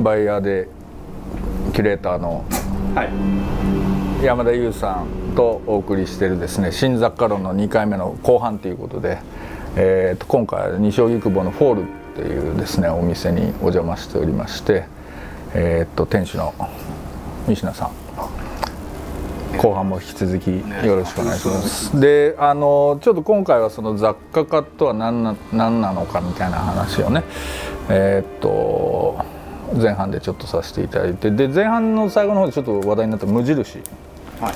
売屋でキュレーターの山田優さんとお送りしているですね、新雑貨論の2回目の後半ということで、今回は西荻窪のフォールっていうですねお店にお邪魔しておりまして、店主の西名さん、後半も引き続きよろしくお願いします。で、ちょっと今回はその雑貨家とは何なのかみたいな話をね、前半でちょっとさせていただいて、で前半の最後の方でちょっと話題になった無印、はい、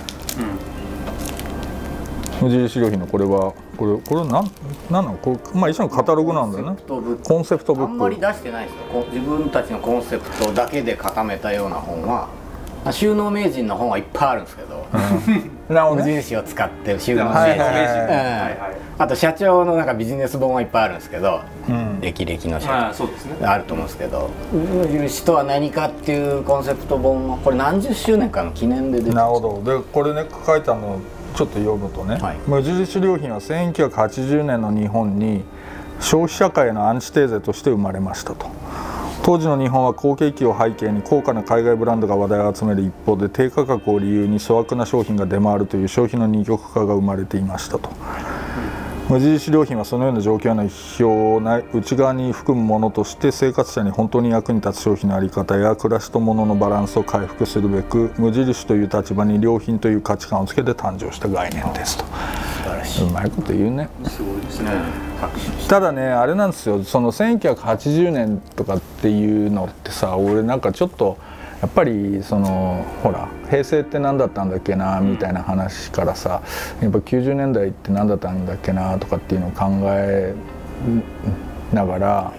無印良品のこれは何なの、これ、まあ一種のカタログなんだよね。コンセプトブック。 あんまり出してないですよ。自分たちのコンセプトだけで固めたような本は、収納名人の本はいっぱいあるんですけど、無印を使って収納名人、あと社長のなんかビジネス本はいっぱいあるんですけど、歴々の社長あると思うんですけど、無印とは何かっていうコンセプト本はこれ何十周年かの記念で出てる。 なるほど。でこれね書いてあるのちょっと読むとね、無印良品は1980年の日本に消費社会へのアンチテーゼとして生まれましたと。当時の日本は好景気を背景に高価な海外ブランドが話題を集める一方で、低価格を理由に粗悪な商品が出回るという消費の二極化が生まれていましたと。無印良品はそのような状況の批評を内側に含むものとして、生活者に本当に役に立つ商品の在り方や暮らしと物のバランスを回復するべく、無印という立場に良品という価値観をつけて誕生した概念ですと。うまいこと言うね。 すごいですね。 ただね、あれなんですよ、その1980年とかっていうのってさ、俺なんかちょっとやっぱりそのほら平成って何だったんだっけなみたいな話からさ、やっぱ90年代って何だったんだっけなとかっていうのを考えながら、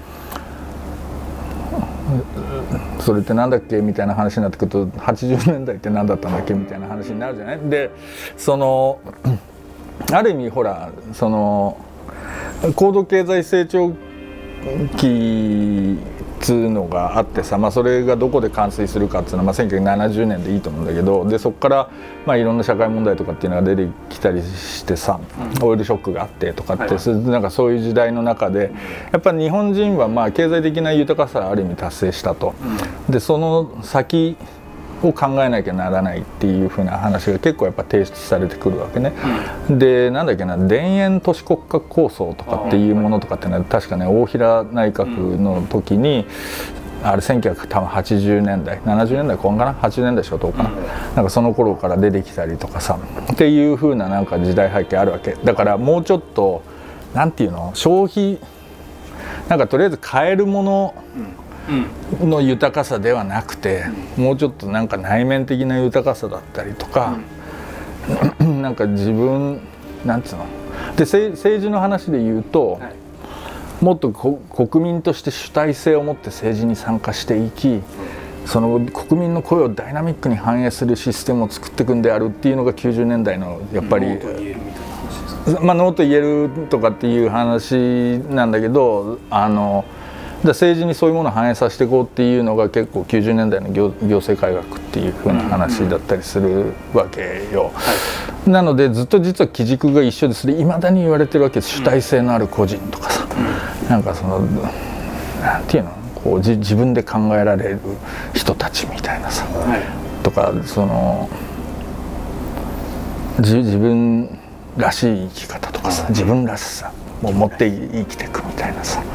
それって何だっけみたいな話になってくると、80年代って何だったんだっけみたいな話になるじゃない。でそのある意味ほらその高度経済成長期つうのがあってさ、まあ、それがどこで完遂するかっていうのは、まあ、1970年でいいと思うんだけど、でそこから、まあ、いろんな社会問題とかっていうのが出てきたりしてさ、オイルショックがあってとかって、なんかそういう時代の中でやっぱり日本人はまあ経済的な豊かさはある意味達成したと。でその先を考えなきゃならないっていう風な話が結構やっぱ提出されてくるわけね。でなんだっけな、田園都市国家構想とかっていうものとかってのは確かね、大平内閣の時に、あれ1980年代70年代後半かな、80年代初頭かな、なんかその頃から出てきたりとかさっていう風ななんか時代背景あるわけだから、もうちょっとなんていうの、消費なんかとりあえず買えるものの豊かさではなくて、もうちょっとなんか内面的な豊かさだったりとか、なんか自分なんつうので、政治の話で言うと、もっと国民として主体性を持って政治に参加していき、その国民の声をダイナミックに反映するシステムを作っていくんであるっていうのが90年代のやっぱりノーと言えるとかっていう話なんだけど、政治にそういうものを反映させていこうっていうのが結構90年代の行政改革っていう風な話だったりするわけよ。なのでずっと実は基軸が一緒です。いまだに言われてるわけです。主体性のある個人とかさ、なんかそのなんていうの、こう自分で考えられる人たちみたいなさ、とかその自分らしい生き方とかさ、自分らしさを持って生きていくみたいなさ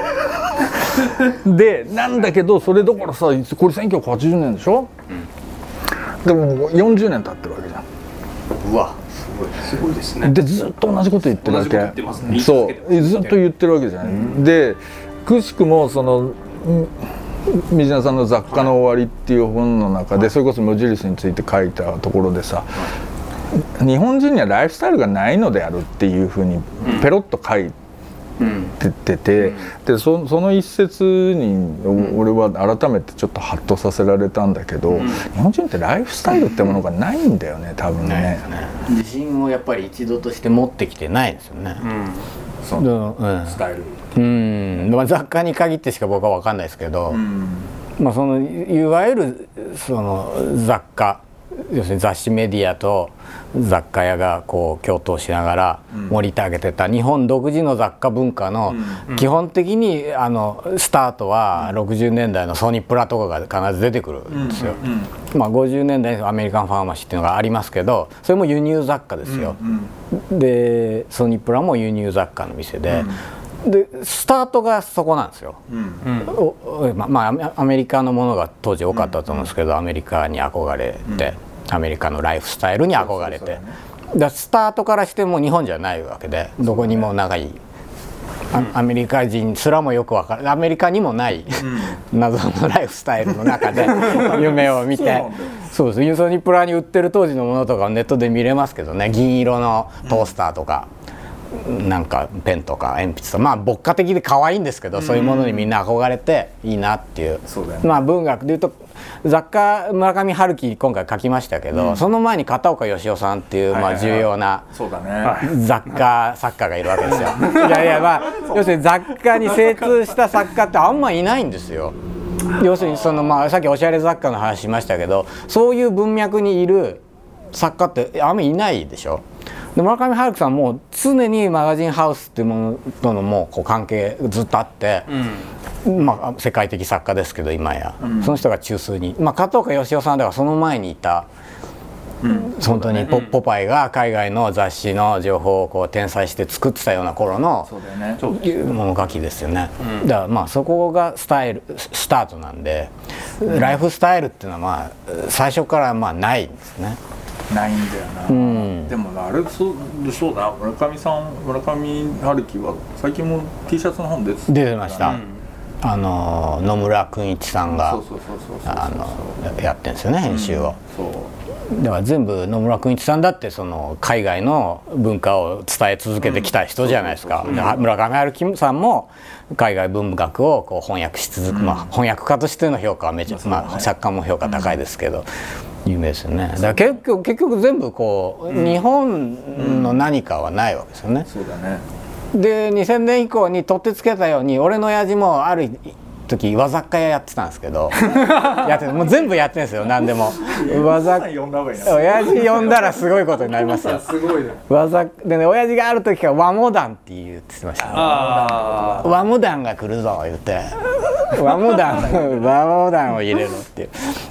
でなんだけど、それどころさ、これ1980年でしょ、でも40年経ってるわけじゃん。 うわ、すごいですね。 でずっと同じこと言ってるわけ。そうずっと言ってるわけじゃない、でくしくもその水名さんの雑貨の終わりっていう本の中で、それこそ無印について書いたところでさ、日本人にはライフスタイルがないのであるっていうふうにペロッと書いてて、でその一節に俺は改めてちょっとハッとさせられたんだけど、日本人ってライフスタイルってものがないんだよね、多分ね。 自信をやっぱり一度として持ってきてないですよね。 そのスタイル。 まあ、雑貨に限ってしか僕は分かんないですけど、まあ、そのいわゆるその雑貨要するに雑誌メディアと雑貨屋がこう共闘しながら盛り上げてた日本独自の雑貨文化の基本的にスタートは60年代のソニープラとかが必ず出てくるんですよ。まあ50年代にアメリカンファーマシーっていうのがありますけど、それも輸入雑貨ですよ。でソニープラも輸入雑貨の店で。でスタートがそこなんですよ。まあアメリカのものが当時多かったと思うんですけど、アメリカに憧れて、アメリカのライフスタイルに憧れて、だスタートからしても日本じゃないわけで、どこにも長いアメリカ人すらもよく分からない、アメリカにもない謎のライフスタイルの中で夢を見て、そうです、ソニープラに売ってる当時のものとかネットで見れますけどね、銀色のトースターとか。なんかペンとか鉛筆とか、まあ牧歌的で可愛いんですけど、そういうものにみんな憧れていいなっていう、まあ文学でいうと雑貨村上春樹今回書きましたけど、その前に片岡義雄さんっていうまあ重要な雑貨作家がいるわけですよ。いやいや、まあ要するに雑貨に精通した作家ってあんまいないんですよ。要するにまあさっきおしゃれ雑貨の話しましたけど、そういう文脈にいる作家ってあんまりいないでしょ。で村上春樹さんも常にマガジンハウスっていうものとのもうこう関係ずっとあって、まあ世界的作家ですけど今や、その人が中枢に、まあ片岡義雄さんではその前にいた、本当にポパイが海外の雑誌の情報をこう転載して作ってたような頃の物書きですよね。だからまあそこがスタートなんで、ライフスタイルっていうのはまあ最初からまあないんですね。 ないんだよな、でもあれそうだ、村上春樹は最近も T シャツの本出てました。野村君一さんがやってるんですよね、編集を。だから全部野村君一さんだってその海外の文化を伝え続けてきた人じゃないですか。村上春樹さんも海外文学をこう翻訳し続く、まあ翻訳家としての評価はめちゃ、まあ作家も評価高いですけど有名ですよね。だから結局全部こう日本の何かはないわけですよね。 そうだね。 で2000年以降に取ってつけたように、俺の親父もある時和雑貨屋やってたんですけどもう全部やってるんですよ、何でも。親父呼んだらすごいことになりますよ。 すごいね。 でね、親父がある時から和モダンって言ってました、ね、和モダンが来るぞ言って和モダンを入れろっていう。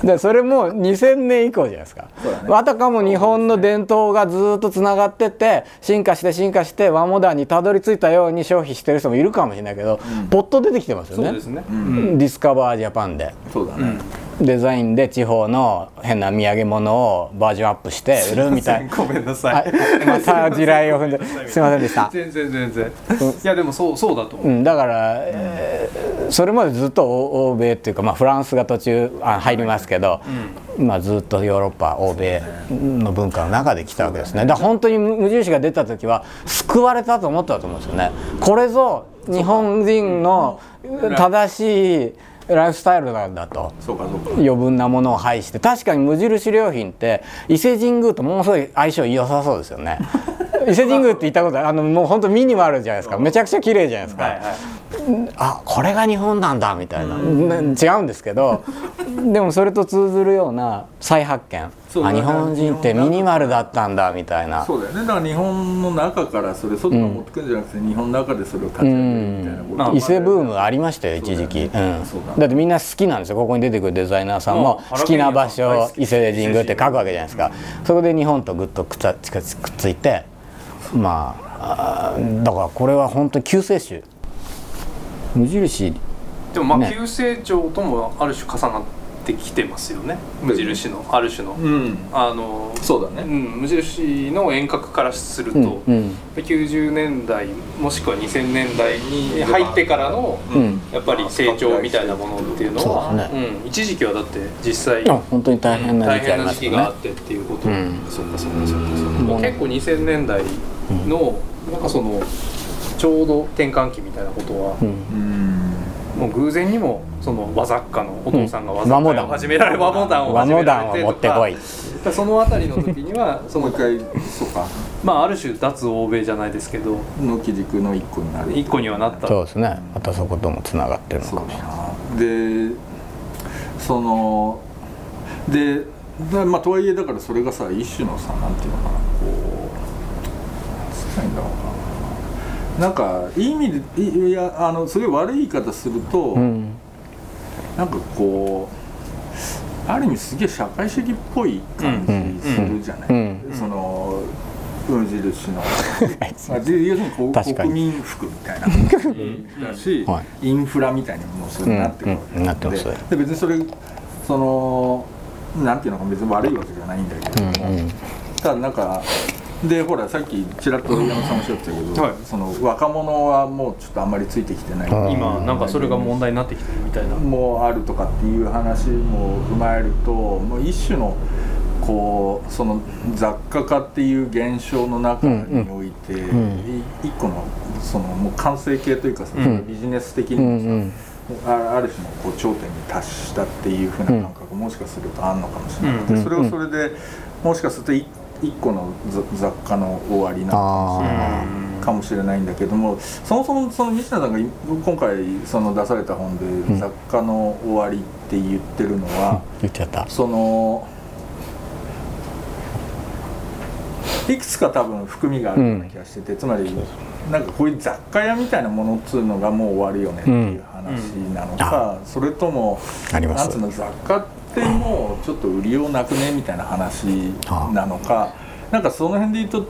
でそれも2000年以降じゃないですか。あたかも日本の伝統がずっとつながってって進化して和モダンにたどり着いたように消費してる人もいるかもしれないけど、ポッと出てきてますよね。そうですね。ディスカバージャパンで。 そうだね。 デザインで地方の変な土産物をバージョンアップして売るみたいな。 ごめんなさい。 また地雷を踏んですいませんでした。 全然。いやでもそうだと思う。 だから、それまでずっと欧米っていうか、まあフランスが途中入りますけど、まあずっとヨーロッパ欧米の文化の中で来たわけですね。だから本当に無印が出た時は救われたと思ったと思うんですよね。これぞ日本人の正しいライフスタイルなんだと。余分なものを排して、確かに無印良品って伊勢神宮とものすごい相性良さそうですよね。伊勢神宮って言ったこともう本当ミニマルじゃないですか。めちゃくちゃ綺麗じゃないですか。あ、これが日本なんだみたいな、違うんですけど、でもそれと通ずるような再発見、あ、日本人ってミニマルだったんだみたいな。 そうだよね。だから日本の中からそれ外から持ってくるんじゃなくて、日本の中でそれを活躍みたいなこと、 伊勢ブームありましたよ一時期。だってみんな好きなんですよ。ここに出てくるデザイナーさんも好きな場所伊勢神宮って書くわけじゃないですか。そこで日本とぐっとくっついて、まあだからこれは本当に救世主。無印でもまあ急成長ともある種重なってきてますよね。無印のある種の、 そうだね、 無印の遠隔からすると、90年代もしくは2000年代に入ってからの、やっぱり成長みたいなものっていうのは、一時期はだって実際本当に大変な時期があってっていうこと、そうか結構2000年代のなんかそのちょうど転換期みたいなことは、もう偶然にもその和雑貨のお父さんが和雑貨を始められ和モダンを始められてとか、そのあたりの時にはそのもう一回そうか、 まあある種脱欧米じゃないですけどの基軸の一個になる、 一個にはなった。 そうですね。またそこともつながってるのかもしれない。 でそのでまあとはいえだからそれがさ一種のさなんていうのかなこうつらいんだろうな、なんかいい意味でいやすごい悪い言い方すると、なんかこうある意味すげえ社会主義っぽい感じするじゃない、その無印の要するに国民服みたいなだし、インフラみたいなものをするなってことなってで別にそれそのなんていうのか別に悪いわけじゃないんだけども、ただなんかでほらさっきちらっと山さんおっしゃってたけど、その若者はもうちょっとあんまりついてきてない、 今なんかそれが問題になってきてるみたいなもうあるとかっていう話も踏まえると、もう一種のこうその雑貨化っていう現象の中において、一個のそのもう完成形というかさ、ビジネス的にさ、ある種のこう頂点に達したっていうふうな感覚もしかするとあるのかもしれなくて、それをそれでもしかすると一個の雑貨の終わりなのかもしれないんだけども、そもそもその西田さんが今回その出された本で雑貨の終わりって言ってるのは、 言っちゃった。 そのいくつか多分含みがあるような気がしてて、つまりなんかこういう雑貨屋みたいなものっつうのがもう終わるよねっていう話なのか、それともなんつうの雑貨ってもうちょっと売りようなくねみたいな話なのか、なんかその辺で言うと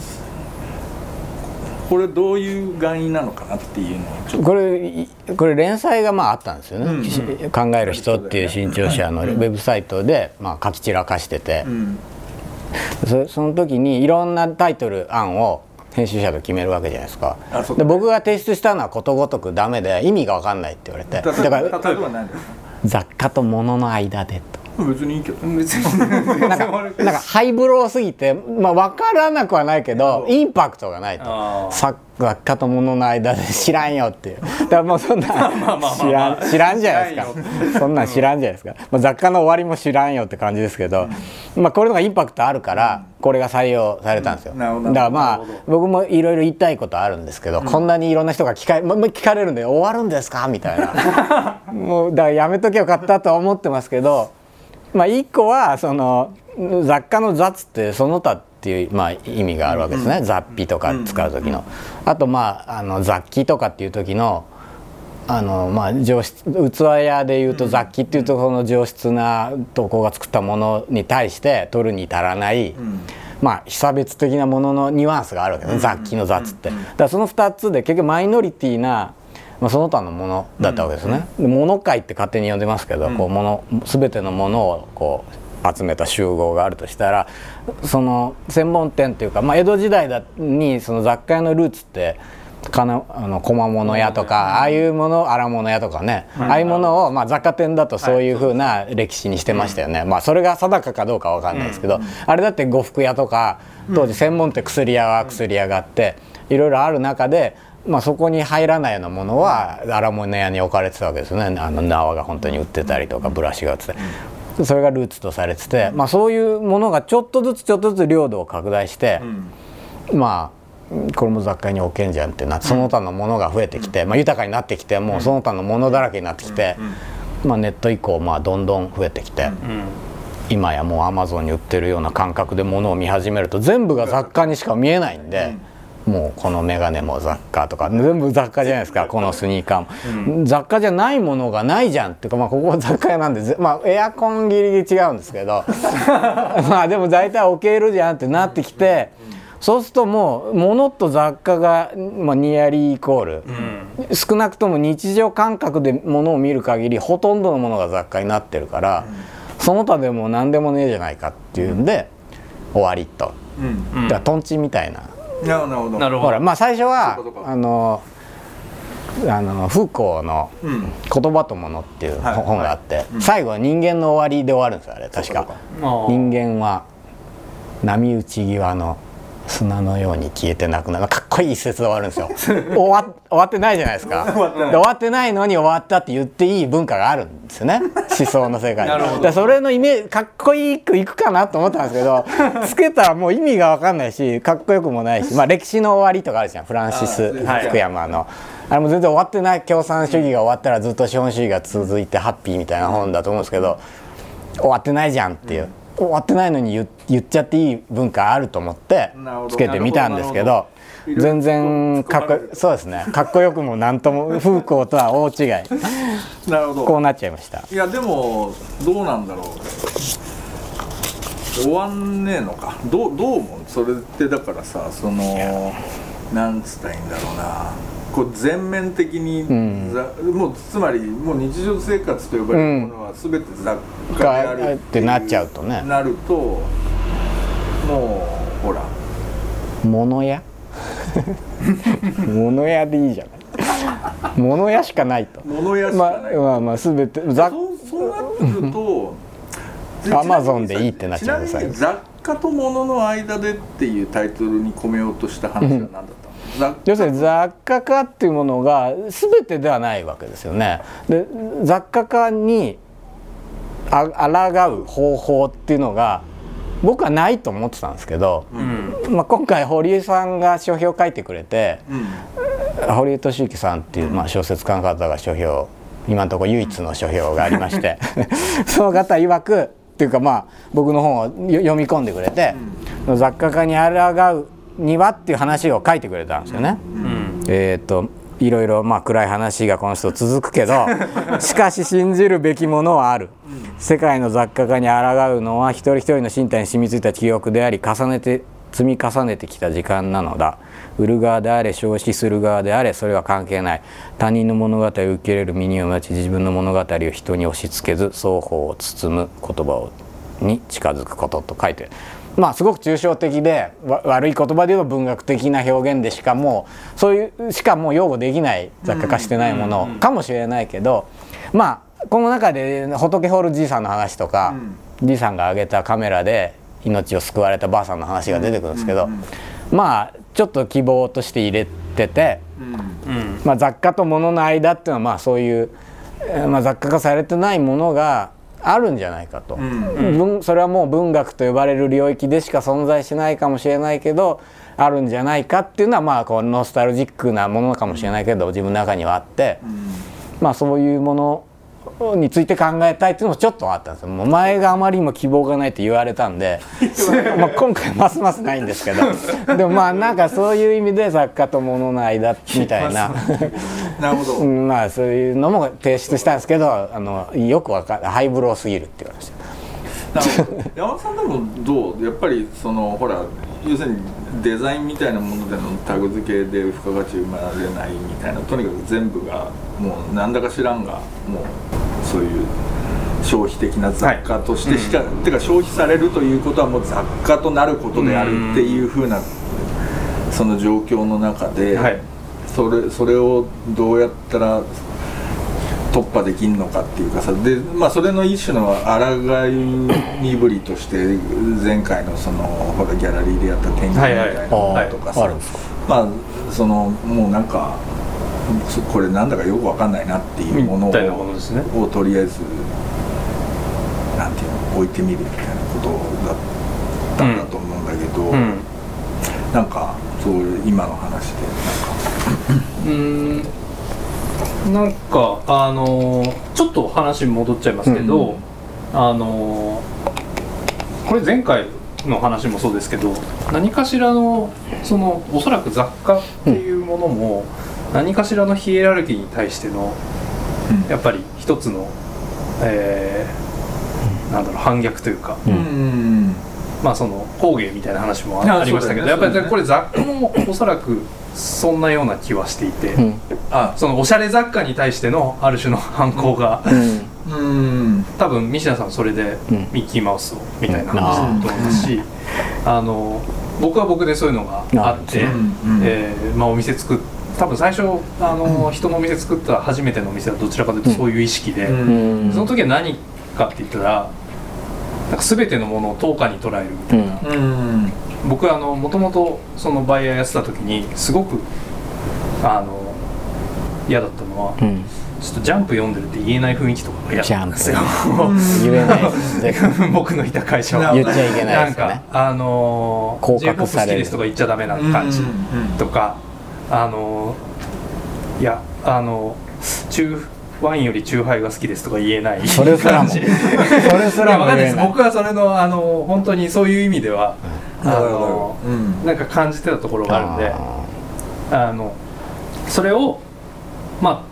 これどういう含意なのかなっていうのをちょっとこれ連載がまああったんですよね、考える人っていう新潮社のウェブサイトでまあ書き散らかしてて、その時にいろんなタイトル案を編集者と決めるわけじゃないですか。で僕が提出したのはことごとくダメで意味が分かんないって言われて、だから例えば何ですか？ 雑貨と物の間でと。 別にいいけどなんかハイブローすぎて、まあ、分からなくはないけどインパクトがないと。雑貨と物の間で知らんよっていう。だからもうそんな知らんじゃないですか。そんなん知らんじゃないですか。まあ、雑貨の終わりも知らんよって感じですけど、まあ、これのがインパクトあるからこれが採用されたんですよ。だからまあ僕もいろいろ言いたいことあるんですけど、こんなにいろんな人が聞かれるんで終わるんですかみたいなもうだからやめとけよかったとは思ってますけど、まあ一個はその雑貨の雑ってその他っていうまあ意味があるわけですね、雑費とか使う時の。あとまあ雑器とかっていう時のまあ上質器屋でいうと雑器っていうとこの上質なとこが作ったものに対して取るに足らない、まあ被差別的なもののニュアンスがあるわけですね、雑器の雑って。だからその2つで結局マイノリティなまあ、その他のものだったわけですね。で物界って勝手に呼んでますけど、こう全てのものをこう集めた集合があるとしたら、その専門店っていうか、まあ、江戸時代にその雑貨屋のルーツって小物屋とかああいうもの荒物屋とかね、ああいうものをまあ雑貨店だとそういう風な歴史にしてましたよね。まあそれが定かかどうかわかんないですけど、あれだって呉服屋とか当時専門店薬屋は薬屋があっていろいろある中で。まあそこに入らないようなものは荒物屋に置かれてたわけですよね。縄が本当に売ってたりとかブラシが売ってて、それがルーツとされてて、まあそういうものがちょっとずつ領土を拡大して、まあこれも雑貨に置けんじゃんってなって、その他のものが増えてきて、まあ豊かになってきて、もうその他のものだらけになってきて、まあネット以降まあどんどん増えてきて、今やもうアマゾンに売ってるような感覚でものを見始めると全部が雑貨にしか見えないんで。もうこのメガネも雑貨とか全部雑貨じゃないですか、このスニーカーも、雑貨じゃないものがないじゃんっていうか、まあここ雑貨屋なんで、まあエアコンギリギリ違うんですけどまあでも大体置けるじゃんってなってきて、そうするともう物と雑貨が、まあ、ニアリーイコール、少なくとも日常感覚で物を見る限りほとんどのものが雑貨になってるから、その他でも何でもねえじゃないかっていうんで終わりと、だからトンチみたいな。 なるほど。 ほらまあ最初はフーコーの「言葉と物」っていう本があって、最後は人間の終わりで終わるんですよあれ確か。人間は波打ち際の砂のように消えてなくなる、かっこいい一節で終わるんですよ終わってないじゃないですか。終わってないのに終わったって言っていい文化があるんですよね、思想の世界で。それのイメージかっこいいくいくかなと思ったんですけどつけたらもう意味が分かんないしかっこよくもないし、まあ歴史の終わりとかあるじゃん、フランシス福山のあれも全然終わってない、共産主義が終わったらずっと資本主義が続いてハッピーみたいな本だと思うんですけど、終わってないじゃんっていう。 終わってないのに言っちゃっていい文化あると思ってつけてみたんですけど、全然そうですね、かっこよくもなんとも風光とは大違いなるほど、 こうなっちゃいました。 いやでもどうなんだろう、終わんねえのか、どうもそれってだからさ、そのなんつったらいいんだろうな、こう全面的に、もうつまりもう日常生活と呼ばれるものは全て雑貨であるってなっちゃうとね、 なるともうほら物屋物屋でいいじゃない物屋しかないと、 物屋しかない、 まあ全てそうなってくるとアマゾンでいいってなっちゃう。 ちなみに雑貨と物の間でっていうタイトルに込めようとした話は何だったの？ 要するに雑貨化っていうものが全てではないわけですよね。で雑貨化に抗う方法っていうのが僕はないと思ってたんですけど、今回堀江さんが書評を書いてくれて、堀江俊之さんっていう、小説家の方が書評、今のところ唯一の書評がありましてその方曰くっていうか僕の本を読み込んでくれて、雑貨化に抗うにはっていう話を書いてくれたんですよね。いろいろ暗い話がこの人続くけどしかし信じるべきものはある。世界の雑貨化に抗うのは一人一人の身体に染みついた記憶であり、積み重ねてきた時間なのだ。売る側であれ消費する側であれそれは関係ない。他人の物語を受け入れる身にを待ち、自分の物語を人に押し付けず双方を包む言葉に近づくことと書いて、すごく抽象的で悪い言葉で言うと文学的な表現でしかもう擁護できない雑貨化してないものかもしれないけど、この中で仏ホールじいさんの話とか、じいさんが上げたカメラで命を救われたばあさんの話が出てくるんですけど、ちょっと希望として入れてて、雑貨と物の間っていうのはそういう、雑貨化されてないものがあるんじゃないかと、それはもう文学と呼ばれる領域でしか存在しないかもしれないけどあるんじゃないかっていうのはこうノスタルジックなものかもしれないけど自分の中にはあって、そういうものについて考えたいっていうのもちょっとあったんですよ。もう前があまりにも希望がないって言われたんで今回ますますないんですけどでもなんかそういう意味で雑貨と物の間みたいななるほどそういうのも提出したんですけどよく分かる、ハイブローすぎるって言われました。 山田さんでもどうやっぱりほら要するにデザインみたいなものでのタグ付けで付加価値生まれないみたいな、とにかく全部がもう何だか知らんがもうそういう消費的な雑貨としてしか、てか消費されるということはもう雑貨となることであるっていう風なその状況の中で、それをどうやったら突破できんのかっていうかさで、それの一種の抗い身振りとして前回のほらギャラリーでやった展示みたいなものとかさ、もうなんかこれなんだかよく分かんないなっていうものをとりあえずなんていうの置いてみるみたいなことだったんだと思うんだけど、なんかそういう今の話でなんかちょっと話戻っちゃいますけど、これ前回の話もそうですけど、何かしらのおそらく雑貨っていうものも何かしらのヒエラルキーに対してのやっぱり一つの、反逆というか、工芸みたいな話もありましたけど、やっぱりこれ雑貨もおそらくそんなような気はしていて、おしゃれ雑貨に対してのある種の反抗が、多分西田さんそれでミッキーマウスをみたいな話だと思いますし、僕は僕でそういうのがあって、お店作って多分最初人のお店作った初めてのお店はどちらかというとそういう意識で、その時は何かって言ったらなんか全てのものを等価に捉えるみたいな、僕はもともとそのバイヤーやってた時にすごく嫌だったのは、ちょっとジャンプ読んでるって言えない雰囲気とかが嫌なんですよ。 言えない僕のいた会社は言っちゃいけないですよね。 なんかJ-POP好きですとか言っちゃダメな感じとか、いやワインよりチューハイが好きですとか言えないそれすらも言えない。 僕はそれの本当にそういう意味では、なんか感じてたところがあるんで、それをま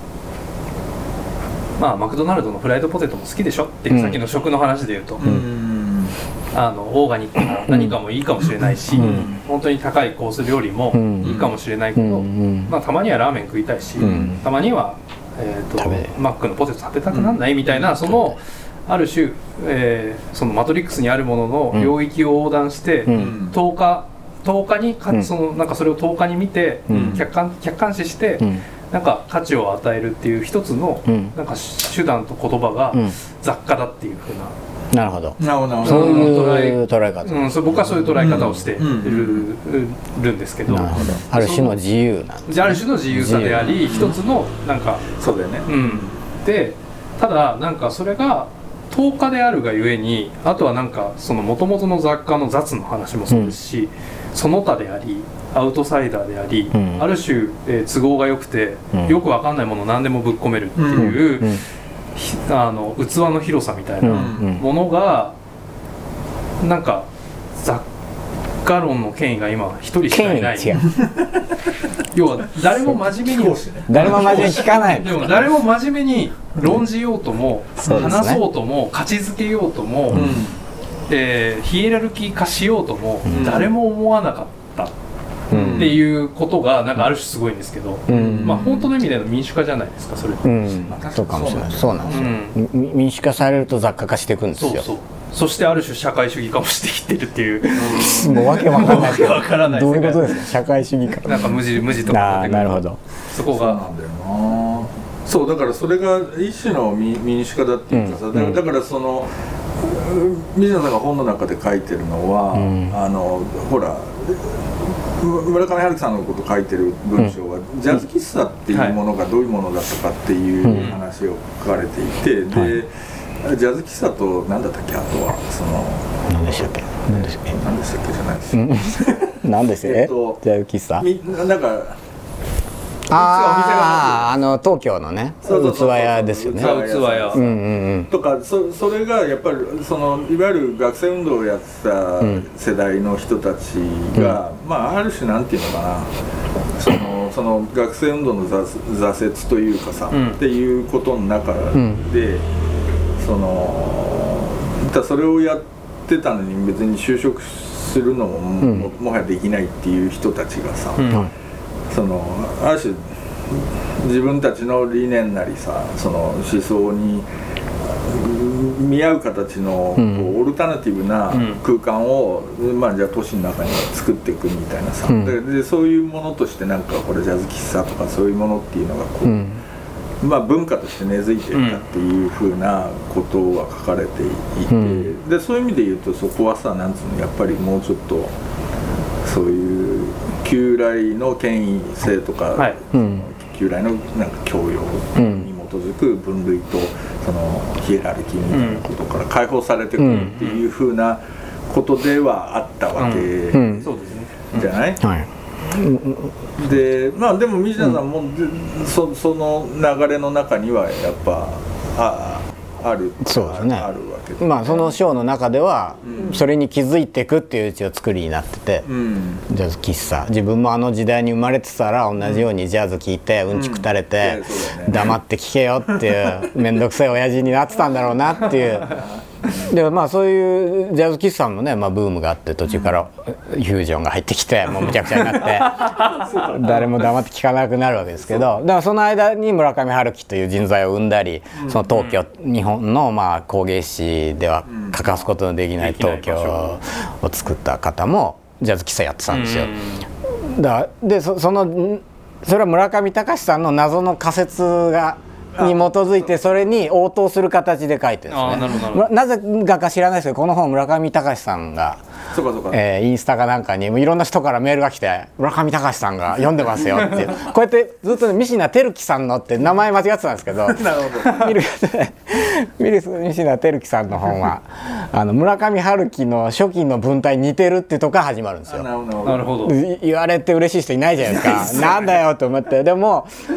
あマクドナルドのフライドポテトも好きでしょっていう、さっきの食の話で言うと、オーガニックな何かもいいかもしれないし、本当に高いコース料理もいいかもしれないけど、まあ、たまにはラーメン食いたいし、たまには、マックのポテト食べたくなんないみたいな、そのある種、そのマトリックスにあるものの領域を横断して、10日になんかそれを10日に見て、客観視して、なんか価値を与えるっていう一つのなんか手段と言葉が雑貨だっていう風な。 なるほど。そういう捉え方。 僕はそういう捉え方をしてるんですけど、 ある種の自由なんです。 ある種の自由さであり、一つのなんかそうだよね。 で、ただなんかそれが10日であるがゆえに、あとはなんかその元々の雑貨の雑の話もそうですし、その他でありアウトサイダーであり、ある種、都合が良くて、よくわかんないものを何でもぶっ込めるっていう、器の広さみたいなものが、なんか雑貨論の権威が今一人しかいない。要は誰も真面目に聞かない。 でも誰も真面目に論じようとも、話そうとも、価値づけようとも、ヒエラルキー化しようとも、誰も思わなかったっていうことがなんかある種すごいんですけど、まあ本当の意味での民主化じゃないですか、それって。 そうかもしれない。そうなんですよ。民主化されると雑貨化していくんですよ。 そしてある種社会主義化もしていってるっていう、 もうわけわかんないけどわからない。 どういうことですか、社会主義化。 なんか無地とか。 なるほど。 そこが。 そうだからそれが一種の民主化だっていうかさ、だからその水野さんが本の中で書いてるのは、ほら村上春樹さんのこと書いてる文章は、ジャズ喫茶っていうものがどういうものだったかっていう話を書かれていて、でジャズ喫茶と何だったっけ、あとはその何でしたっけじゃないですよ何でしたっけ、ジャズ喫茶なんか東京のね、器屋ですよね。 器屋とか、それがやっぱりそのいわゆる学生運動をやってた世代の人たちが、まあある種なんていうのかな、その学生運動の挫折というかさ、っていうことの中で、それをやってたのに別に就職するのももはやできないっていう人たちがさ、ある種自分たちの理念なりさ、その思想に見合う形のオルタナティブな空間を、まあじゃあ都市の中に作っていくみたいなさ、でそういうものとしてなんかこれジャズ喫茶とかそういうものっていうのがこう、まあ文化として根付いていったっていうふうなことが書かれていて、でそういう意味で言うとそこはさ、なんつうの、やっぱりもうちょっとそういう旧来の権威性とか、旧来のなんか教養に基づく分類とそのヒエラルキーみたいなことから解放されてくるっていうふうなことではあったわけじゃない？で、まあでも水野さんもその流れの中にはやっぱあるそうですね。 あるわけで、 まあその章の中ではそれに気づいていくっていう一応作りになってて、ジャズ喫茶、自分もあの時代に生まれてたら同じようにジャズ聴いてうんちくたれて黙って聴けよっていう面倒くさい親父になってたんだろうなっていう。でまあそういうジャズ喫茶もね、まあ、ブームがあって途中からフュージョンが入ってきてもうむちゃくちゃになって誰も黙って聴かなくなるわけですけど、だからその間に村上春樹という人材を生んだり、その東京、日本のまあ工芸史では欠かすことのできない東京を作った方もジャズ喫茶やってたんですよ。でそれは村上隆さんの謎の仮説に基づいてそれに応答する形で書いてるんですね。なぜか知らないですけど、この本村上隆さんがインスタかなんかにいろんな人からメールが来て、村上隆さんが読んでますよっていうこうやってずっと、ね、三品照樹さんのって名前間違ってたんですけど三品照樹さんの本は村上春樹の初期の文体に似てるっていうとこから始まるんですよ。 なるほど。 言われて嬉しい人いないじゃないですかなんだよと思って。でも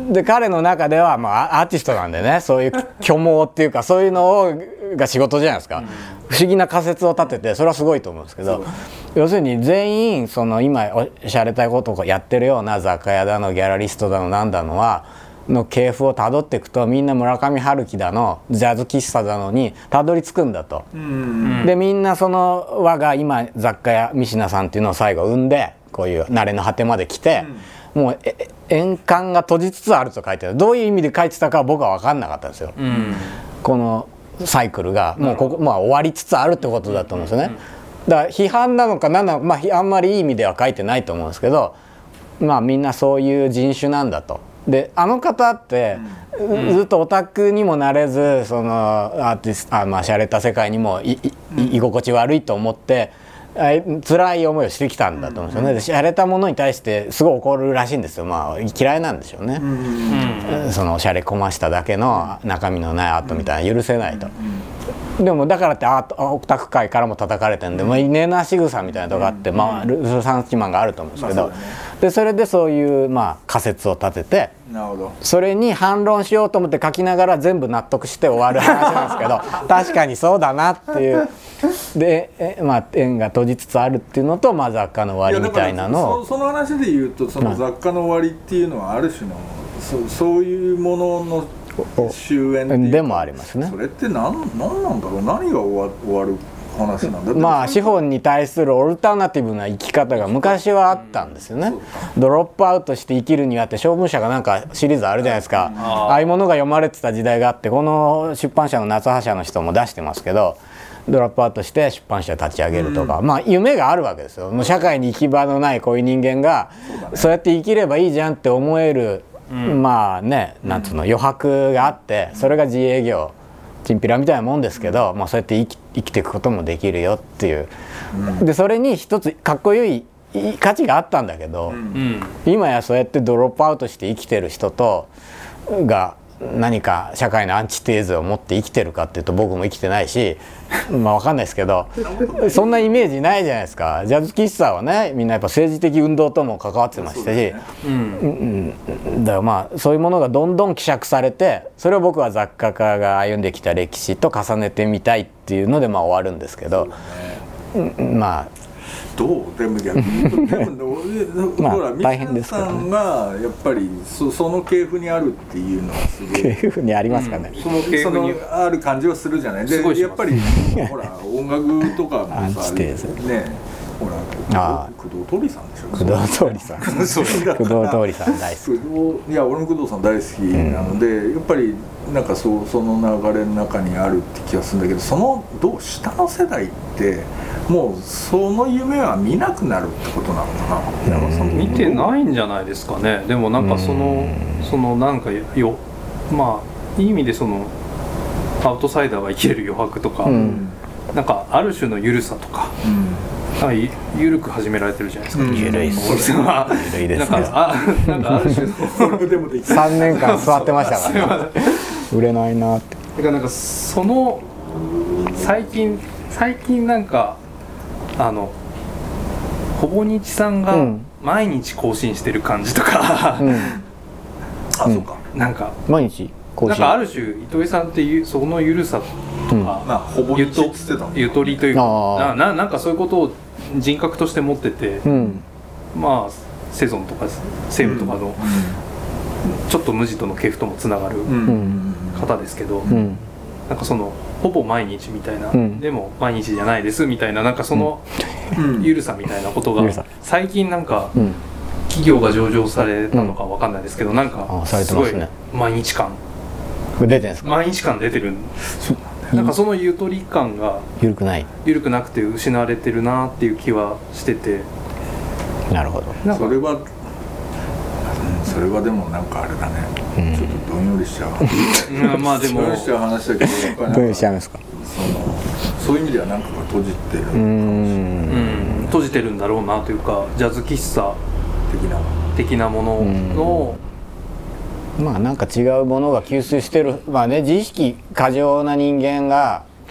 で彼の中では、まあ、アーティストなんでね、そういう虚妄っていうかそういうのが仕事じゃないですか、不思議な仮説を立ててそれはすごいと思うんですけど、要するに全員その今おしゃれたいことをやってるような雑貨屋だのギャラリストだのなんだのはの系譜をたどっていくと、みんな村上春樹だのジャズ喫茶だのにたどり着くんだと。でみんなその輪が今雑貨屋三品さんっていうのを最後生んで、こういう慣れの果てまで来て、もう円環が閉じつつあると書いてある。どういう意味で書いてたかは僕は分かんなかったんですよ。このサイクルがもうここ、まあ、終わりつつあるってことだと思うんですよね。だから批判なのか何なのか、まあ、あんまりいい意味では書いてないと思うんですけど、まあみんなそういう人種なんだと。であの方ってずっとオタクにもなれず、そのアーティストまあ洒落た世界にも居心地悪いと思って辛い思いをしてきたんだと思うんですよね。で洒落たものに対してすごい怒るらしいんですよ。まあ嫌いなんでしょうね。その洒落こましただけの中身のないアートみたいな許せないと。でもだからってオタク界からも叩かれてるんで、まあ、稲なし草みたいなとこがあって、まあ、ルーサンチマンがあると思うんですけど、でそれでそういう、まあ、仮説を立てて、それに反論しようと思って書きながら全部納得して終わる話なんですけど確かにそうだなっていう。でまあ、縁が閉じつつあるっていうのと、まあ、雑貨の終わりみたいなのをその話で言うと、その雑貨の終わりっていうのはある種のそういうものの終焉っていうでもありますね。 それって何なんだろう、何が終わる話なんだ。 まあ資本に対するオルタナティブな生き方が昔はあったんですよね。ドロップアウトして生きるにはって小文社がなんかシリーズあるじゃないですか。ああいうものが読まれてた時代があって、この出版社の夏葉社の人も出してますけど、ドロップアウトして出版社立ち上げるとか、まあ夢があるわけですよ。もう社会に行き場のないこういう人間がそうやって生きればいいじゃんって思える、まあね、なんつうの余白があって、それが自営業チンピラみたいなもんですけど、まあ、そうやって生きていくこともできるよっていう、でそれに一つかっこいい価値があったんだけど、今やそうやってドロップアウトして生きてる人とが何か社会のアンチテーゼを持って生きてるかっていうと、僕も生きてないし、まあ分かんないですけどそんなイメージないじゃないですか。ジャズ喫茶はね、みんなやっぱ政治的運動とも関わってましたし、だからまあそういうものがどんどん希釈されて、それを僕は雑貨家が歩んできた歴史と重ねてみたいっていうのでまあ終わるんですけど、まあどうでも逆に言うとまあほら大変ですけどね。 三さんがやっぱりその系譜にあるっていうのはすごい系譜にありますかね。 その系譜にある感じはするじゃない。でやっぱりほら音楽とかもさアンチテーゼね、ほら工藤通さんでしょ。 工藤通さん工藤通さん大好き。 いや俺も工藤さん大好きなので、やっぱりなんかその流れの中にあるって気がするんだけど、その下の世代ってもうその夢は見なくなるってことなのかな。 見てないんじゃないですかね。でもなんかそのなんかまあいい意味でそのアウトサイダーが生きれる余白とか、なんかある種の緩さとか、緩く始められてるじゃないですか。 緩いっす。緩いですね。 なんかある種の 3年間座ってましたからね。売れないなって。 だからなんかその最近なんかほぼ日さんが毎日更新してる感じとか、 そうか。 なんか毎日更新。 なんかある種糸井さんっていうその緩さとか、 ほぼ日っつってたもん。 ゆとりというか、なんかそういうことを人格として持ってて、まあセゾンとかセーブとかのちょっと無地との系譜ともつながる方ですけど、なんかそのほぼ毎日みたいな、でも毎日じゃないですみたいな、なんかその緩さみたいなことが最近なんか企業が上場されたのかわかんないですけど、なんかすごい毎日感出てるんですか。 毎日感出てる。なんかそのゆとり感が緩くなくて失われてるなっていう気はしてて。 なるほど。 それはでもなんかあれだね、ちょっとどんよりしちゃうまあでもどんよりしちゃう話だけど、やっぱりどんよりしちゃいますか。 そういう意味ではなんかが閉じてる閉じてるんだろうなというか、ジャズ喫茶的なもののまあなんか違うものが吸収してる、まあね、自意識過剰な人間が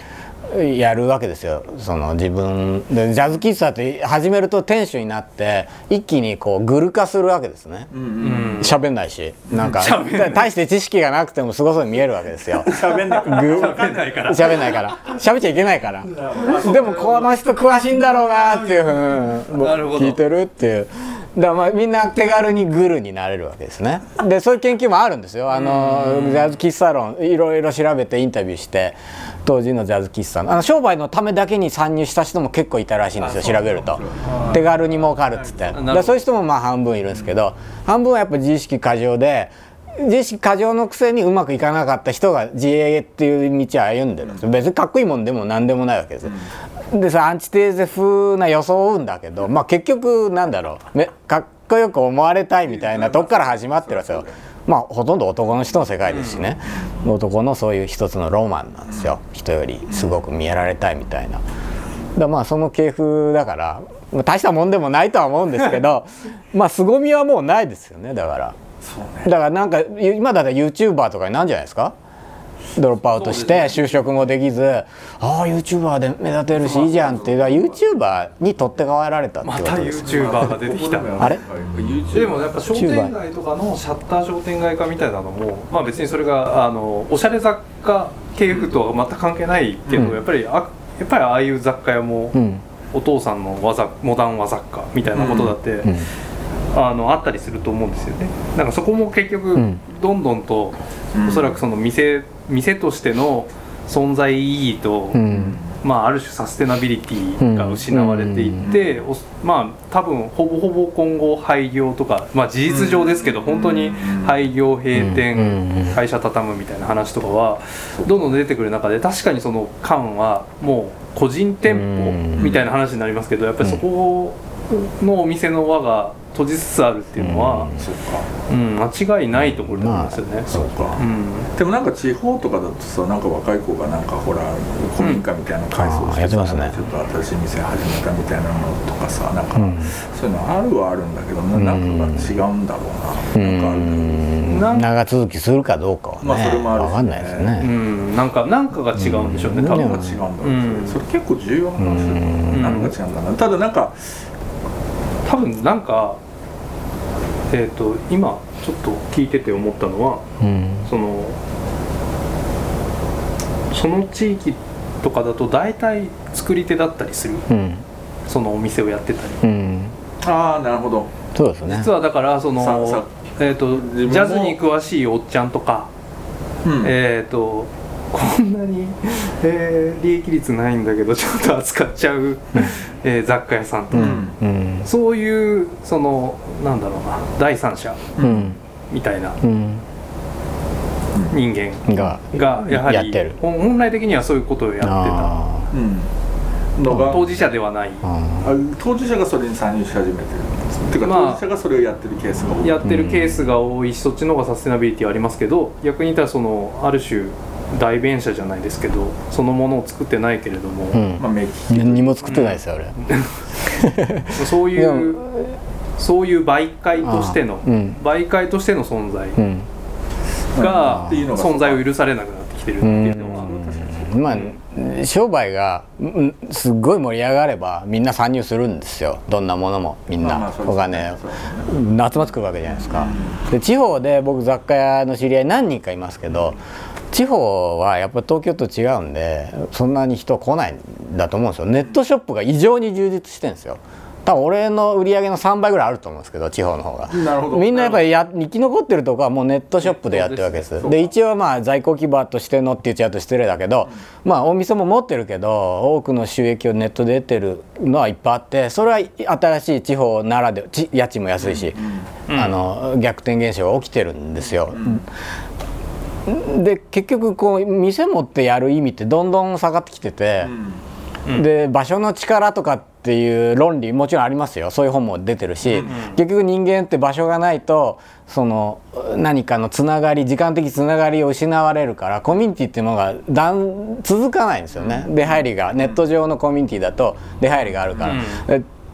やるわけですよ。その自分でジャズ喫茶って始めると店主になって一気にこうグル化するわけですね。喋んないし、なんか大して知識がなくてもすごそうに見えるわけですよ。喋んないから喋っちゃいけないから。でもこの人詳しいんだろうなっていうふうに聞いてるっていう。だからまあみんな手軽にグルになれるわけですね。でそういう研究もあるんですよ。ジャズ喫茶論いろいろ調べてインタビューして当時のジャズ喫茶の商売のためだけに参入した人も結構いたらしいんですよ。調べると手軽に儲かるっつって。でそういう人もまあ半分いるんですけど、半分はやっぱ自意識過剰で自意識過剰のくせにうまくいかなかった人が自営っていう道を歩んでるんですよ。別にかっこいいもんでも何でもないわけです。でさアンチテーゼ風な装うんだけど、まあ結局なんだろうかっこよく思われたいみたいなとこから始まってるんですよ。まあほとんど男の人の世界ですしね、男のそういう一つのロマンなんですよ。人よりすごく見えられたいみたいな。だまあその系風だから大したもんでもないとは思うんですけどまあ凄みはもうないですよね。だからだからなんか今だったら YouTuber とかになるんじゃないですか。ドロップアウトして就職もできず、ああ YouTuber で目立てるしいいじゃんっていう YouTuber に取って代わられたってことです。 また YouTuber が出てきたあれでもやっぱ商店街とかのシャッター商店街化みたいなのも、まあ別にそれがおしゃれ雑貨系譜とは全く関係ないけど、やっぱりああいう雑貨屋も、お父さんのモダン和雑貨みたいなことだって、あったりすると思うんですよね。なんかそこも結局どんどんと、おそらくその店としての存在意義と、まあある種サステナビリティが失われていって、まあ多分ほぼほぼ今後廃業とか、まあ事実上ですけど本当に廃業閉店、会社畳むみたいな話とかはどんどん出てくる中で、確かにその間はもう個人店舗みたいな話になりますけど、やっぱりそこのお店の輪が閉じつつあるっていうのは、間違いないところだと思うんですよね。 そうか、でもなんか地方とかだとさ、なんか若い子がなんかほら古民家みたいなの改装して、 やってますね、 ちょっと新しい店始めたみたいなのとかさ、なんか、そういうのあるはあるんだけど、なんかが違うんだろうな、なんかあるんだけど、 長続きするかどうかはね、 まあそれもあるしね、 分かんないですね。 なんかが違うんでしょうね、多分。 何が違うんだろう、それ結構重要な話だよ、何が違うんだろう。ただなんか多分なんか今ちょっと聞いてて思ったのは、その地域とかだと大体作り手だったりする、そのお店をやってたり、 ああなるほど、 そうですね。 実はだからそのジャズに詳しいおっちゃんとか、こんなに、利益率ないんだけどちょっと扱っちゃう、雑貨屋さんとか、そういうそのなんだろうな、第三者みたいな人間がやはり本来的にはそういうことをやってた、当事者ではない、 当事者がそれに参入し始めてるっていうか、当事者がそれをやってるケースが多い、 やってるケースが多いし、そっちの方がサステナビリティはありますけど、逆に言ったらそのある種代弁者じゃないですけど、そのものを作ってないけれども、 何も作ってないですよ、 そういう媒介としての存在が存在を許されなくなってきてるっていうのは、 まあ商売がすっごい盛り上がればみんな参入するんですよ。どんなものもみんなお金集まってくるわけじゃないですか。で地方で僕雑貨屋の知り合い何人かいますけど、地方はやっぱり東京と違うんでそんなに人来ないんだと思うんですよ。ネットショップが異常に充実してるんですよ。多分俺の売り上げの3倍ぐらいあると思うんですけど、地方の方が。みんなやっぱり生き残ってるとこはもうネットショップでやってるわけです。で一応まあ在庫置き場としてのって言っちゃうと失礼だけど、まあお店も持ってるけど多くの収益をネットで得てるのはいっぱいあって、それは新しい地方ならでは、家賃も安いし、逆転現象が起きてるんですよ。で結局こう店持ってやる意味ってどんどん下がってきてて、で場所の力とかっていう論理もちろんありますよ。そういう本も出てるし、結局人間って場所がないとその何かのつながり、時間的つながりを失われるから、コミュニティっていうのが続かないんですよね。出入りがネット上のコミュニティだと出入りがあるから、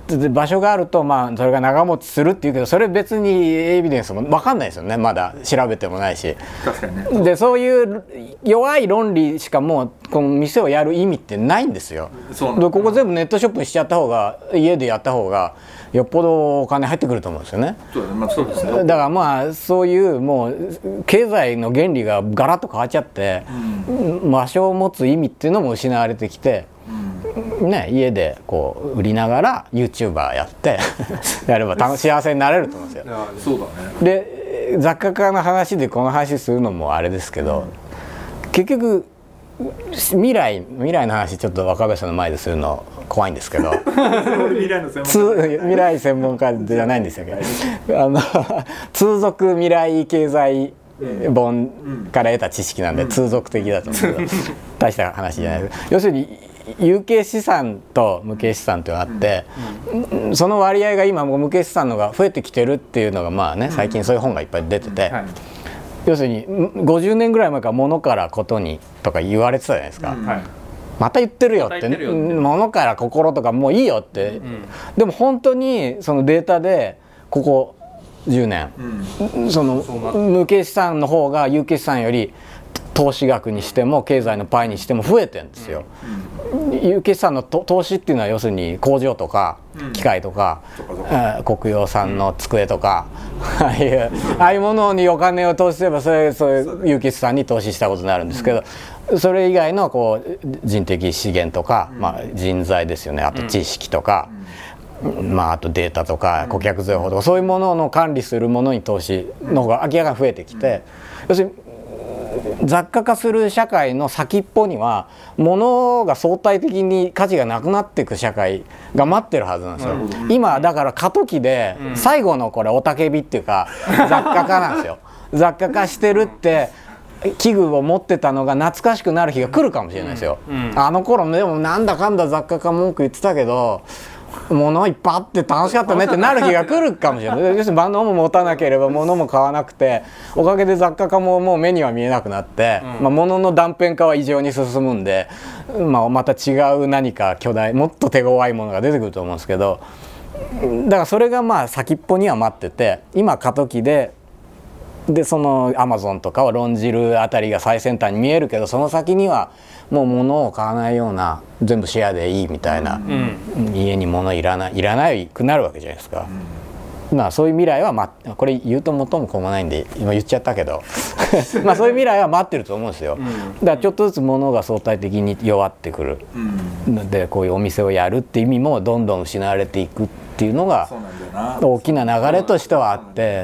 で場所があるとまあそれが長持ちするっていうけど、それ別にエビデンスも分かんないですよね、まだ調べてもないし。 確かにね。 でそういう弱い論理しかもうこの店をやる意味ってないんですよ。でここ全部ネットショップにしちゃった方が、家でやった方がよっぽどお金入ってくると思うんですよね。 そうですね。 だからまあそういうもう経済の原理がガラッと変わっちゃって、場所を持つ意味っていうのも失われてきて、ね、家でこう売りながら YouTuber やってやれば幸せになれると思うんですよ。 そうだね。 で雑貨家の話でこの話するのもあれですけど、結局未来の話ちょっと若林さんの前でするの怖いんですけど未来専門家じゃないんですよ通俗未来経済本から得た知識なんで通俗的だと思うけど、大した話じゃないです。要するに有形資産と無形資産というのがあって、その割合が今無形資産のが増えてきてるっていうのがまあね、最近そういう本がいっぱい出てて、要するに50年ぐらい前から物からことにとか言われてたじゃないですか。また言ってるよって、物から心とかもういいよって、でも本当にそのデータでここ10年、その無形資産の方が有形資産より投資額にしても経済のパイにしても増えてるんですよ。有形資産の投資っていうのは要するに工場とか機械とか、国用産の机とか、ああいうものにお金を投資すればそういう有形資産に投資したことになるんですけど、それ以外のこう人的資源とか、まあ、人材ですよね、あと知識とか、まあ、あとデータとか顧客情報とか、そういうものの管理するものに投資の方が明らかに増えてきて、要するに雑貨化する社会の先っぽには物が相対的に価値がなくなっていく社会が待ってるはずなんですよ。今だから過渡期で最後のこれ雄たけびっていうか雑貨化なんですよ。雑貨化してるって器具を持ってたのが懐かしくなる日が来るかもしれないですよ。あの頃でもなんだかんだ雑貨化文句言ってたけど物いっぱいあって楽しかったねってなる日が来るかもしれない。要するに物も持たなければ物も買わなくて、おかげで雑貨化ももう目には見えなくなって、まあ、物の断片化は異常に進むんで、また違う何か巨大もっと手強いものが出てくると思うんですけど、だからそれがまあ先っぽには待ってて、今過渡期でそのアマゾンとかを論じるあたりが最先端に見えるけど、その先にはもう物を買わないような全部シェアでいいみたいな、家に物いらないくなるわけじゃないですか。まあそういう未来はこれ言うと元も子もないんで今言っちゃったけどまあそういう未来は待ってると思うんですよ。だからちょっとずつ物が相対的に弱ってくる、でこういうお店をやるって意味もどんどん失われていくっていうのが大きな流れとしてはあって、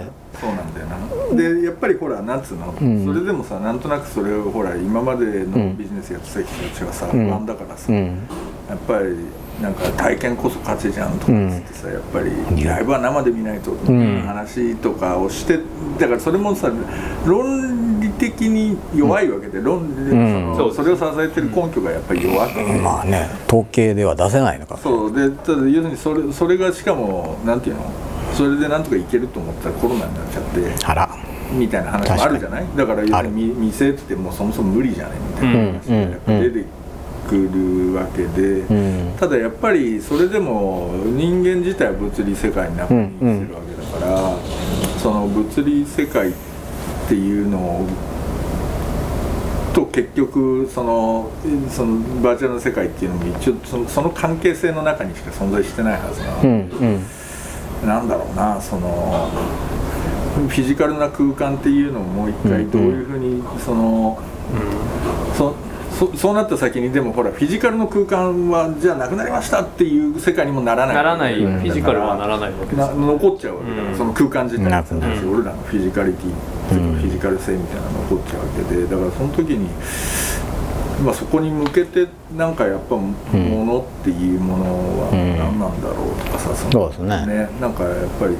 そうなんだよな。でやっぱりほらなんつうの、それでもさ、なんとなくそれをほら今までのビジネスやってた人たちはさ、不安だからさ、やっぱりなんか体験こそ価値じゃんとかつってさ、やっぱりライブは生で見ないと話とかをして、だからそれもさ論理的に弱いわけで、それを支えてる根拠がやっぱり弱くて、 まあね、統計では出せないのか。 そうで、ただ要するにそれがしかもなんていうの、それでなんとかいけると思ったらコロナになっちゃってみたいな話もあるじゃない。だから要するに店ってもうそもそも無理じゃないみたいな話がやっぱ出てくるわけで、ただやっぱりそれでも人間自体は物理世界の中に生きてるわけだから、その物理世界っていうのと結局そのバーチャルの世界っていうのも一応その関係性の中にしか存在してないはずな、なんだろうな、そのフィジカルな空間っていうのをもう一回どういうふうにそうなった先にでもほらフィジカルの空間はじゃあなくなりましたっていう世界にもならないフィジカルはならないわけです。 残っちゃうわけだから、その空間自体だし、俺らのフィジカリティ、フィジカル性みたいなの残っちゃうわけで、だからその時にそこに向けてなんかやっぱ物っていうものは何なんだろうとかさ、 そうですね、 なんかやっぱり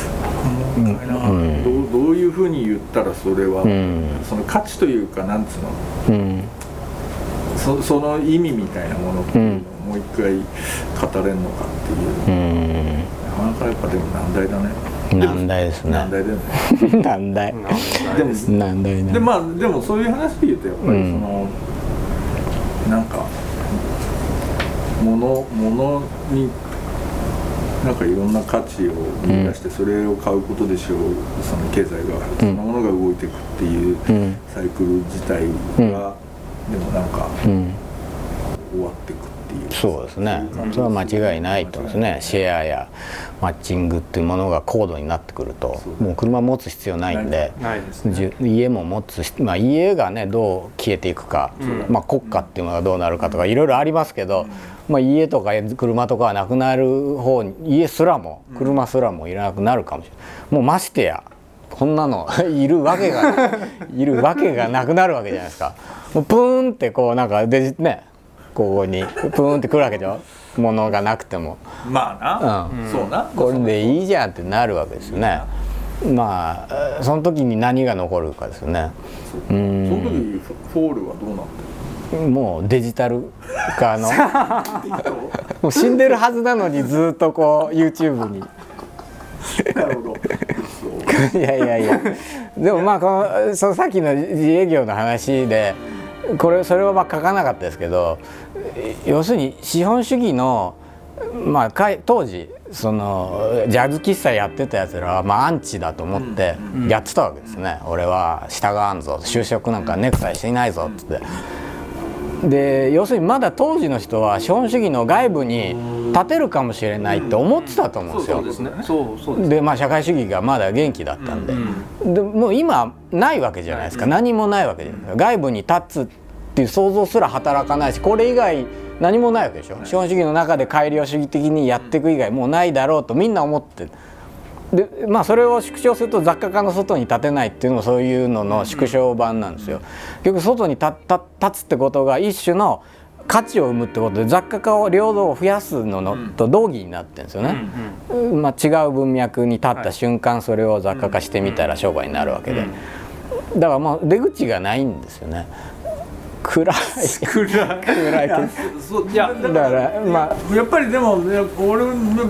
どういうふうに言ったらそれはその価値というかなんつうの、その意味みたいなものっていうのをもう一回語れるのかっていう、なかなかやっぱでも難題だね。 難題ですね。 難題だよね。 難題。難題ね。 ででもそういう話で言うとやっぱりその、なんか物になんかいろんな価値を見出してそれを買うことでしょう、その経済がそのものが動いていくっていうサイクル自体が、でもなんか終わっていくっていう、 そうですね、それは間違いないと思うんですね。シェアやマッチングっていうものが高度になってくると、もう車持つ必要ないんで、家も持つ、家がねどう消えていくか、国家っていうのがどうなるかとかいろいろありますけど、家とか車とかはなくなる方に、家すらも車すらもいらなくなるかもしれない。もうましてやこんなのいるわけがなくなるわけじゃないですか。もうプーンってこうなんかここにプーンってくるわけでしょ、物がなくても。 まあな、そうな、 これでいいじゃんってなるわけですよね。その時に何が残るかですよね。 その時フォールはどうなってる？ もうデジタル化のもう死んでるはずなのにずっとこう YouTube になるほどいやでもそのさっきの自営業の話でそれは書かなかったですけど、要するに資本主義の、当時そのジャズ喫茶やってたやつらはアンチだと思ってやってたわけですね。俺は従わんぞ、就職なんかネクタイしていないぞっつって。で要するにまだ当時の人は資本主義の外部に立てるかもしれないって思ってたと思うんですよ。で社会主義がまだ元気だったんで、でもう今ないわけじゃないですか。何もないわけじゃないですか。外部に立つっていう想像すら働かないし、これ以外何もないわけでしょ。資本主義の中で改良主義的にやっていく以外もうないだろうとみんな思ってる。でそれを縮小すると雑貨家の外に立てないっていうのもそういうのの縮小版なんですよ。結局外に立つってことが一種の価値を生むってことで、雑貨家を領土を増やすのと同義になってるんですよね。違う文脈に立った瞬間それを雑貨化してみたら商売になるわけで、だから出口がないんですよね。暗いいやだからやっぱりでも俺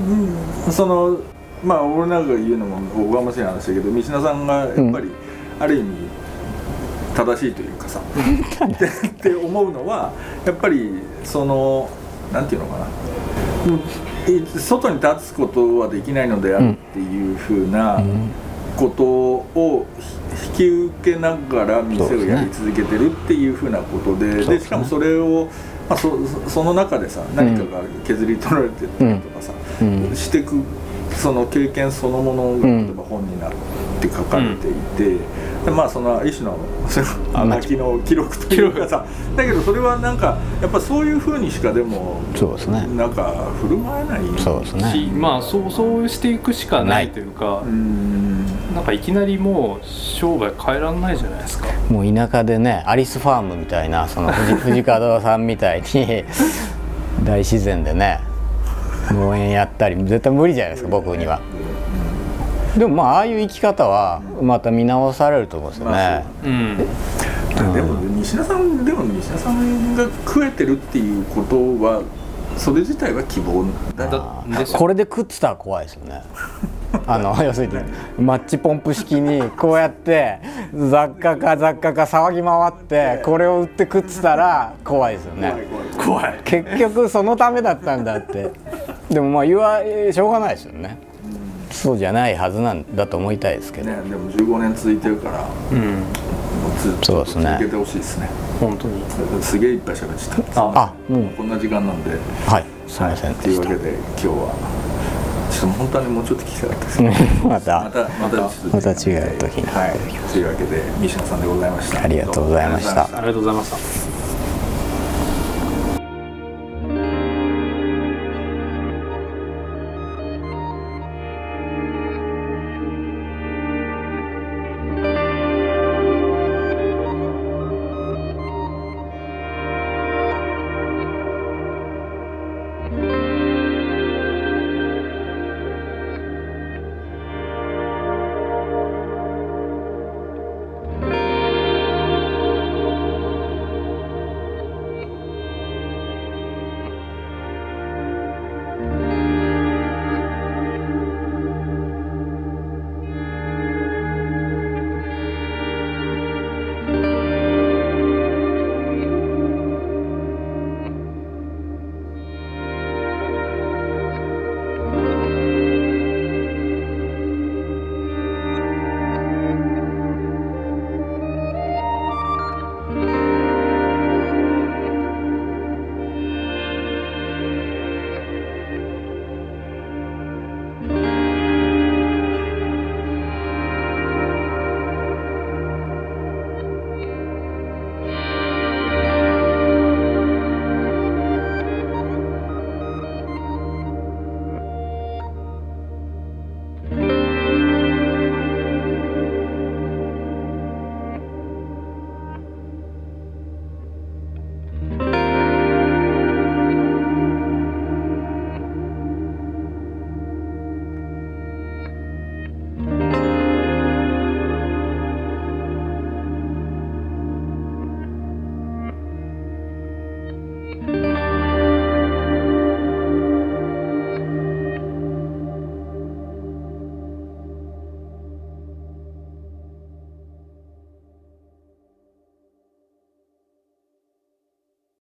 俺なんか言うのもおこがましい話だけど、三品さんがやっぱりある意味正しいというかさって思うのは、やっぱりなんていうのかな、外に立つことはできないのであるっていうふうなことを引き受けながら店をやり続けてるっていうふうなことで、しかもそれをその中でさ、何かが削り取られてたりとかさ、していくその経験そのものが例えば本になって書かれていて、その一種のあがきの記録というかさ、だけどそれはなんかやっぱそういう風にしかでもなんか振る舞えないし、 そうしていくしかないというか、なんかいきなりもう商売変えらんないじゃないですか。 もう田舎でね、アリスファームみたいな、その藤門さんみたいに大自然でね農園やったり絶対無理じゃないですか、僕には。でもああいう生き方はまた見直されると思うんですよね。 でも西田さんが食えてるっていうことはそれ自体は希望だ。 これで食ってたら怖いですよね。要するにマッチポンプ式にこうやって雑貨家騒ぎ回ってこれを売って食ってたら怖いですよね。 怖い。 結局そのためだったんだって。でもしょうがないですよね。そうじゃないはずなんだと思いたいですけど。 でも15年続いてるから、ずっと続けてほしいですね。 本当に。 すげえいっぱい喋っちゃった。こんな時間なんで。 はい。すみません。 というわけで今日はちょっと本当にもうちょっと聞きたかったですね。 また違う時に。 はい。というわけで三島さんでございました。 ありがとうございました。 ありがとうございました。